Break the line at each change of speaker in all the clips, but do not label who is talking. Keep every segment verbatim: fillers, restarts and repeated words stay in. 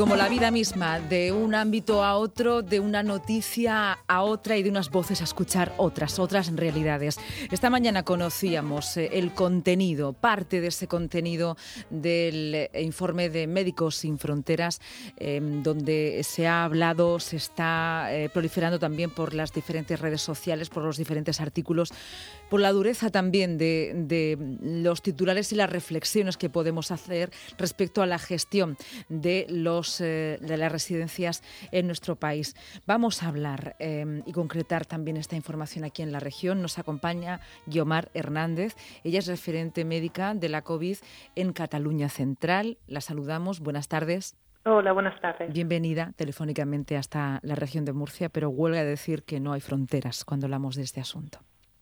como la vida misma, de un ámbito a otro, de una noticia a otra y de unas voces a escuchar otras, otras realidades. Esta mañana conocíamos el contenido, parte de ese contenido del informe de Médicos Sin Fronteras, eh, donde se ha hablado, se está eh, proliferando también por las diferentes redes sociales, por los diferentes artículos, por la dureza también de, de los titulares y las reflexiones que podemos hacer respecto a la gestión de los eh, de las residencias en nuestro país. Vamos a hablar eh, y concretar también esta información aquí en la región. Nos acompaña Guiomar Hernández. Ella es referente médica de la COVID en Cataluña Central. La saludamos. Buenas tardes.
Hola, buenas tardes.
Bienvenida telefónicamente hasta la región de Murcia, pero huelga decir que no hay fronteras cuando hablamos de este asunto.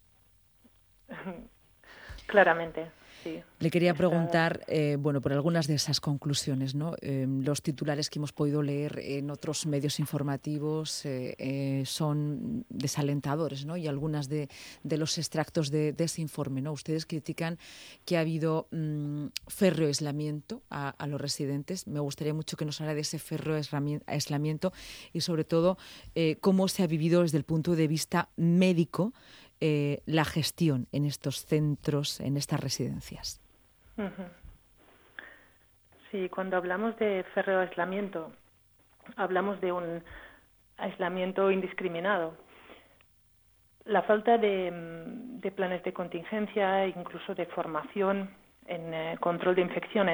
Claramente, sí.
Le quería preguntar, eh, bueno, por algunas de esas conclusiones, ¿no? Eh, los titulares que hemos podido leer en otros medios informativos eh, eh, son desalentadores, ¿no? Y algunas de, de los extractos de, de ese informe, ¿no? Ustedes critican que ha habido mmm, férreo aislamiento a, a los residentes. Me gustaría mucho que nos hablara de ese férreo aislamiento y, sobre todo, eh, cómo se ha vivido desde el punto de vista médico Eh, la gestión en estos centros, en estas residencias.
Uh-huh. Sí, cuando hablamos de férreo aislamiento, hablamos de un aislamiento indiscriminado. La falta de, de planes de contingencia, incluso de formación en eh, control de infecciones,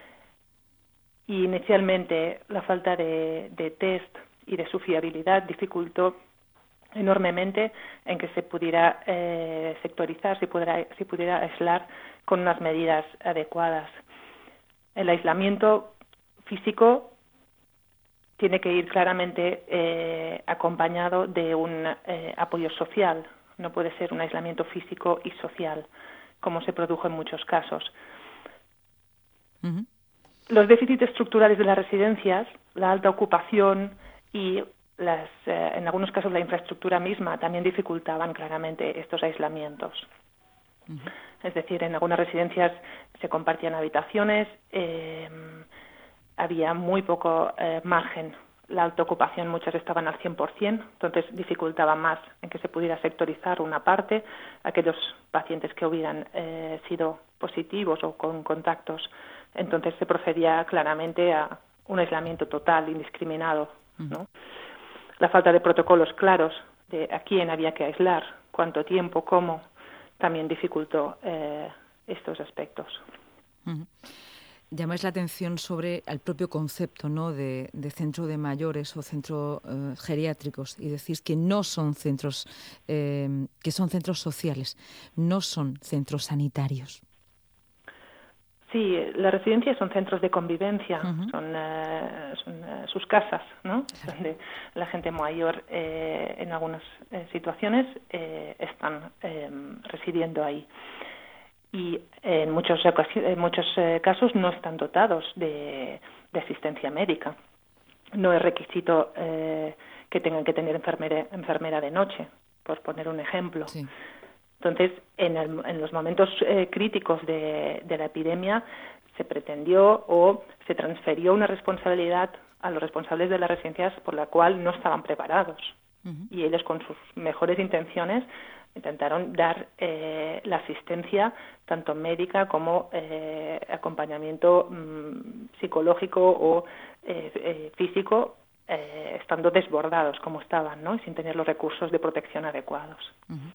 y inicialmente la falta de, de test y de su fiabilidad dificultó enormemente en que se pudiera eh, sectorizar, se pudiera, se pudiera aislar con unas medidas adecuadas. El aislamiento físico tiene que ir claramente eh, acompañado de un eh, apoyo social. No puede ser un aislamiento físico y social, como se produjo en muchos casos. Uh-huh. Los déficits estructurales de las residencias, la alta ocupación y Las, eh, en algunos casos la infraestructura misma también dificultaban claramente estos aislamientos. Uh-huh. Es decir, en algunas residencias se compartían habitaciones, eh, había muy poco eh, margen. La alta ocupación, muchas estaban al cien por ciento, entonces dificultaba más en que se pudiera sectorizar una parte, aquellos pacientes que hubieran eh, sido positivos o con contactos. Entonces se procedía claramente a un aislamiento total, indiscriminado, uh-huh. ¿no? La falta de protocolos claros de a quién había que aislar, cuánto tiempo, cómo, también dificultó eh, estos aspectos.
Uh-huh. Llamáis la atención sobre el propio concepto, ¿no?, de, de centro de mayores o centro eh, geriátricos, y decís que no son centros, eh, que son centros sociales, no son centros sanitarios.
Sí, las residencias son centros de convivencia, uh-huh. son, uh, son uh, sus casas, ¿no? Donde la gente mayor, eh, en algunas eh, situaciones, eh, están eh, residiendo ahí. Y en muchos, en muchos eh, casos no están dotados de, de asistencia médica. No es requisito eh, que tengan que tener enfermera, enfermera de noche, por poner un ejemplo. Sí. Entonces, en, el, en los momentos eh, críticos de, de la epidemia se pretendió o se transfirió una responsabilidad a los responsables de las residencias por la cual no estaban preparados. Uh-huh. Y ellos, con sus mejores intenciones, intentaron dar eh, la asistencia tanto médica como eh, acompañamiento mmm, psicológico o eh, eh, físico, eh, estando desbordados como estaban, ¿no? Y sin tener los recursos de protección adecuados.
Uh-huh.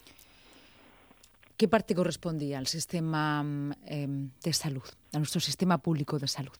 ¿Qué parte correspondía al sistema eh, de salud, a nuestro sistema público de salud?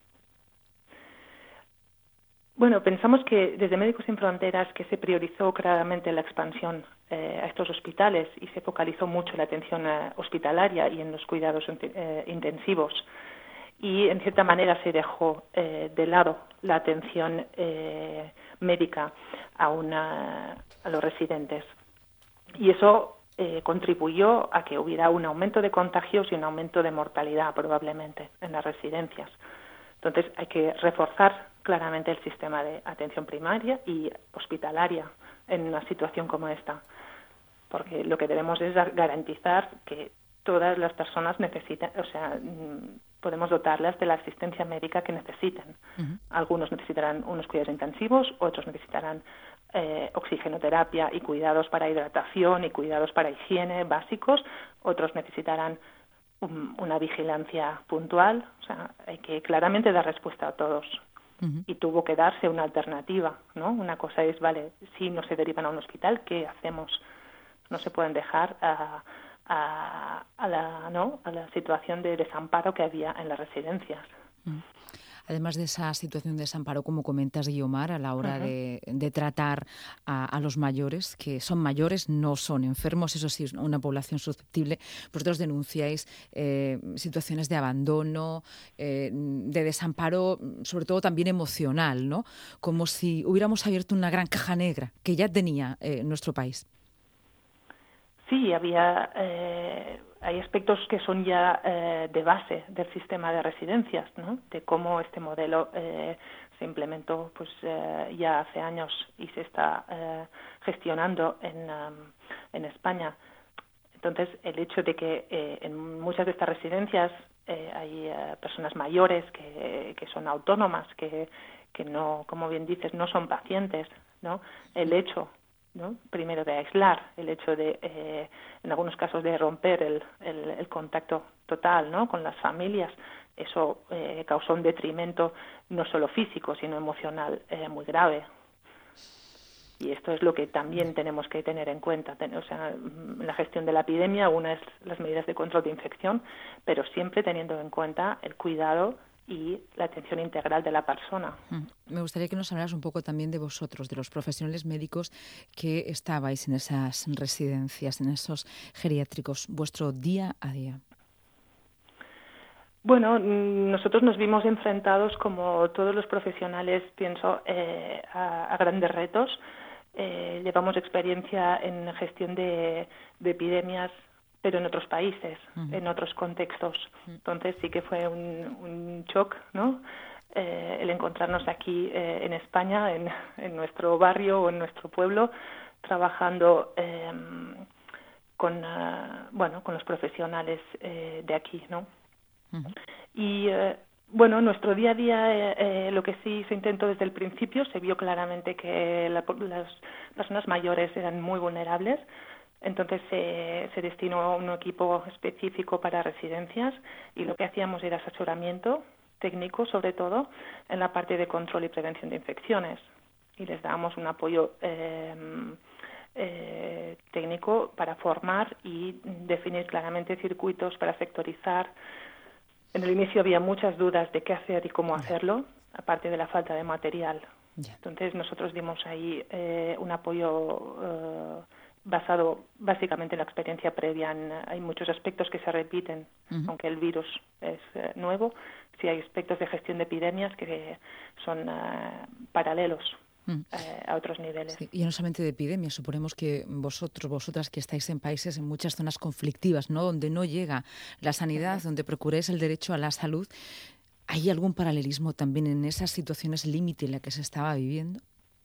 Bueno, pensamos que desde Médicos Sin Fronteras que se priorizó claramente la expansión eh, a estos hospitales y se focalizó mucho la atención eh, hospitalaria y en los cuidados eh, intensivos, y en cierta manera se dejó eh, de lado la atención eh, médica a, una, a los residentes. Y eso Eh, contribuyó a que hubiera un aumento de contagios y un aumento de mortalidad probablemente en las residencias. Entonces hay que reforzar claramente el sistema de atención primaria y hospitalaria en una situación como esta, porque lo que debemos es garantizar que todas las personas necesitan, o sea, podemos dotarlas de la asistencia médica que necesiten. Uh-huh. Algunos necesitarán unos cuidados intensivos, otros necesitarán eh, oxigenoterapia y cuidados para hidratación y cuidados para higiene básicos, otros necesitarán un, una vigilancia puntual. O sea, hay que claramente dar respuesta a todos. Uh-huh. Y tuvo que darse una alternativa, ¿no? Una cosa es, vale, si no se derivan a un hospital, ¿qué hacemos? No se pueden dejar a, a, a, la, ¿no? a la situación de desamparo que había en las residencias.
Uh-huh. Además de esa situación de desamparo, como comentas, Guiomar, a la hora uh-huh. de, de tratar a, a los mayores, que son mayores, no son enfermos, eso sí, es una población susceptible. Vosotros denunciáis eh, situaciones de abandono, eh, de desamparo, sobre todo también emocional, ¿no? Como si hubiéramos abierto una gran caja negra que ya tenía eh, nuestro país.
Sí, había... Eh... Hay aspectos que son ya eh, de base del sistema de residencias, ¿no? De cómo este modelo eh, se implementó pues eh, ya hace años y se está eh, gestionando en, um, en España. Entonces, el hecho de que eh, en muchas de estas residencias eh, hay eh, personas mayores que, que son autónomas, que, que no, como bien dices, no son pacientes, ¿no? El hecho ¿no? primero de aislar, el hecho de, eh, en algunos casos, de romper el, el, el contacto total, ¿no? con las familias, eso eh, causó un detrimento no solo físico, sino emocional eh, muy grave. Y esto es lo que también tenemos que tener en cuenta. O sea, en la gestión de la epidemia, una es las medidas de control de infección, pero siempre teniendo en cuenta el cuidado y la atención integral de la persona.
Me gustaría que nos hablaras un poco también de vosotros, de los profesionales médicos que estabais en esas residencias, en esos geriátricos, vuestro día a día.
Bueno, nosotros nos vimos enfrentados, como todos los profesionales, pienso, eh, a, a grandes retos. Eh, llevamos experiencia en gestión de, de epidemias, pero en otros países, uh-huh. en otros contextos. Entonces sí que fue un, un shock, ¿no? Eh, el encontrarnos aquí eh, en España, en, en nuestro barrio o en nuestro pueblo, trabajando eh, con, uh, bueno, con los profesionales eh, de aquí, ¿no? Uh-huh. Y eh, bueno, nuestro día a día, eh, eh, lo que sí se intentó desde el principio, se vio claramente que la, las personas mayores eran muy vulnerables. Entonces eh, se destinó un equipo específico para residencias y lo que hacíamos era asesoramiento técnico, sobre todo, en la parte de control y prevención de infecciones. Y les dábamos un apoyo eh, eh, técnico para formar y definir claramente circuitos para sectorizar. En el inicio había muchas dudas de qué hacer y cómo hacerlo, aparte de la falta de material. Entonces nosotros dimos ahí eh, un apoyo eh, basado básicamente en la experiencia previa. En, hay muchos aspectos que se repiten, uh-huh. aunque el virus es eh, nuevo. Sí hay aspectos de gestión de epidemias que son uh, paralelos uh-huh. eh, a otros niveles.
Sí, y no solamente de epidemias, suponemos que vosotros, vosotras que estáis en países, en muchas zonas conflictivas, ¿no? Donde no llega la sanidad, uh-huh. donde procuráis el derecho a la salud, ¿hay algún paralelismo también en esas situaciones límite en las que se estaba viviendo?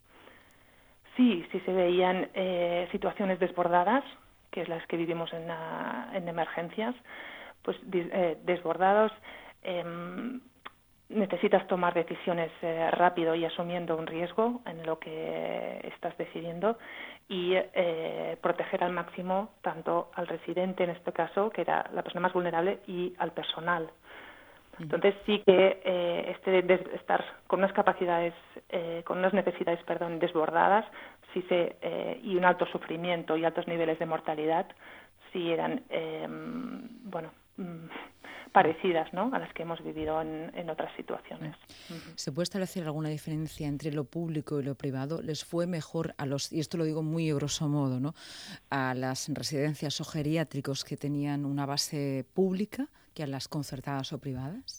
Sí, sí se veían eh, situaciones desbordadas, que es las que vivimos en, la, en emergencias, pues eh, desbordados. Eh, necesitas tomar decisiones eh, rápido y asumiendo un riesgo en lo que estás decidiendo y eh, proteger al máximo tanto al residente, en este caso, que era la persona más vulnerable, y al personal. Entonces sí que eh, este de estar con unas capacidades, eh, con unas necesidades, perdón, desbordadas, sí se eh, y un alto sufrimiento y altos niveles de mortalidad, sí eran, eh, bueno, mm, parecidas, ¿no?, a las que hemos vivido en, en otras situaciones.
¿Se puede establecer alguna diferencia entre lo público y lo privado? ¿Les fue mejor a los, y esto lo digo muy grosso modo, ¿no?, a las residencias o geriátricos que tenían una base pública que a las concertadas o privadas?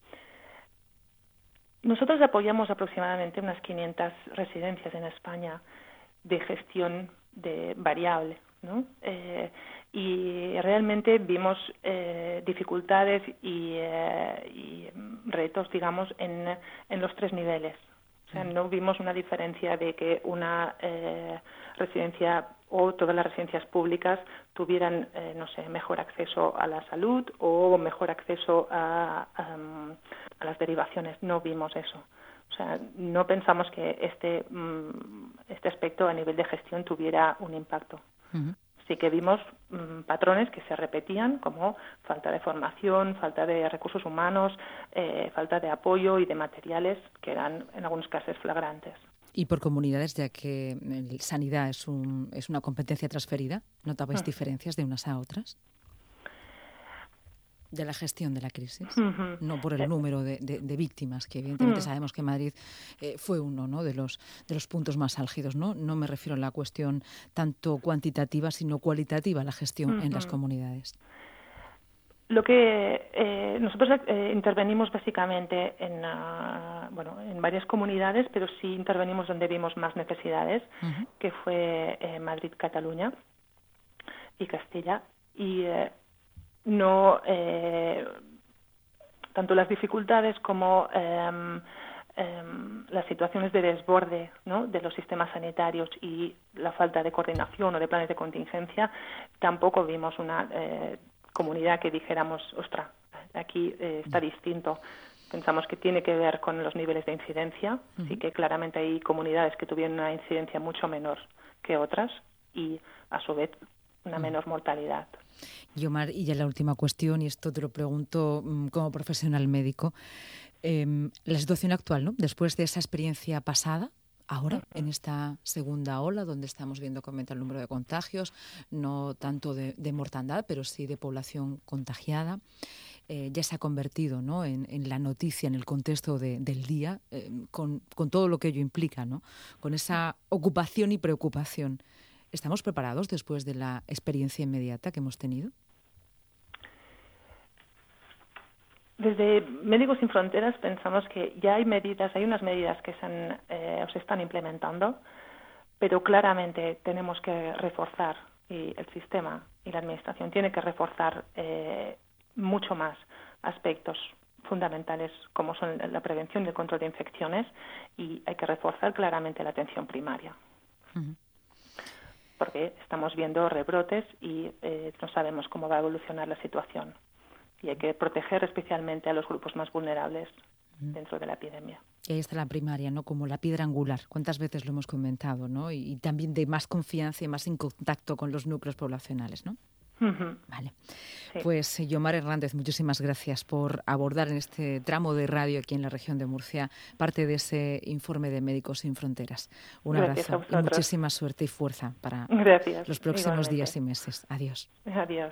Nosotros apoyamos aproximadamente unas quinientas residencias en España de gestión de variable, ¿no? Eh, y realmente vimos eh, dificultades y, eh, y retos, digamos, en, en los tres niveles. O sea, no vimos una diferencia de que una eh, residencia o todas las residencias públicas tuvieran, eh, no sé, mejor acceso a la salud o mejor acceso a, a, a las derivaciones. No vimos eso. O sea, no pensamos que este, este aspecto a nivel de gestión tuviera un impacto. Uh-huh. Sí que vimos mmm, patrones que se repetían, como falta de formación, falta de recursos humanos, eh, falta de apoyo y de materiales, que eran en algunos casos flagrantes.
Y por comunidades, ya que el sanidad es, un, es una competencia transferida, ¿notabais uh-huh. diferencias de unas a otras? De la gestión de la crisis, uh-huh. no por el número de, de, de víctimas, que evidentemente uh-huh. sabemos que Madrid eh, fue uno, ¿no?, de los de los puntos más álgidos, ¿no? No me refiero a la cuestión tanto cuantitativa, sino cualitativa, la gestión uh-huh. en las comunidades.
Lo que eh, nosotros eh, intervenimos básicamente en uh, bueno en varias comunidades, pero sí intervenimos donde vimos más necesidades, uh-huh. que fue eh, Madrid, Cataluña y Castilla, y eh, no eh, tanto las dificultades como eh, eh, las situaciones de desborde, ¿no?, de los sistemas sanitarios y la falta de coordinación o de planes de contingencia, tampoco vimos una eh, comunidad que dijéramos, ostras, aquí eh, está distinto. Pensamos que tiene que ver con los niveles de incidencia, uh-huh. sí que claramente hay comunidades que tuvieron una incidencia mucho menor que otras y a su vez una menor mortalidad.
Y Omar, y ya la última cuestión, y esto te lo pregunto um, como profesional médico, eh, la situación actual, ¿no?, después de esa experiencia pasada, ahora, uh-huh. en esta segunda ola, donde estamos viendo que aumenta el número de contagios, no tanto de, de mortandad, pero sí de población contagiada, eh, ya se ha convertido, ¿no?, en, en la noticia, en el contexto de, del día, eh, con, con todo lo que ello implica, ¿no?, con esa ocupación y preocupación. ¿Estamos preparados después de la experiencia inmediata que hemos tenido?
Desde Médicos Sin Fronteras pensamos que ya hay medidas, hay unas medidas que se, han, eh, se están implementando, pero claramente tenemos que reforzar, y el sistema y la administración tiene que reforzar eh, mucho más aspectos fundamentales como son la prevención y el control de infecciones, y hay que reforzar claramente la atención primaria. Uh-huh. Porque estamos viendo rebrotes y eh, no sabemos cómo va a evolucionar la situación. Y hay que proteger especialmente a los grupos más vulnerables uh-huh. dentro de la epidemia.
Y ahí está la primaria, ¿no?, como la piedra angular. ¿Cuántas veces lo hemos comentado, ¿no? Y, y también de más confianza y más en contacto con los núcleos poblacionales, ¿no? Uh-huh. Vale. Sí. Pues Yomar Hernández, muchísimas gracias por abordar en este tramo de radio aquí en la región de Murcia parte de ese informe de Médicos Sin Fronteras. Un
gracias
abrazo y muchísima suerte y fuerza para
gracias.
los próximos
Igualmente.
días y meses. Adiós.
Adiós.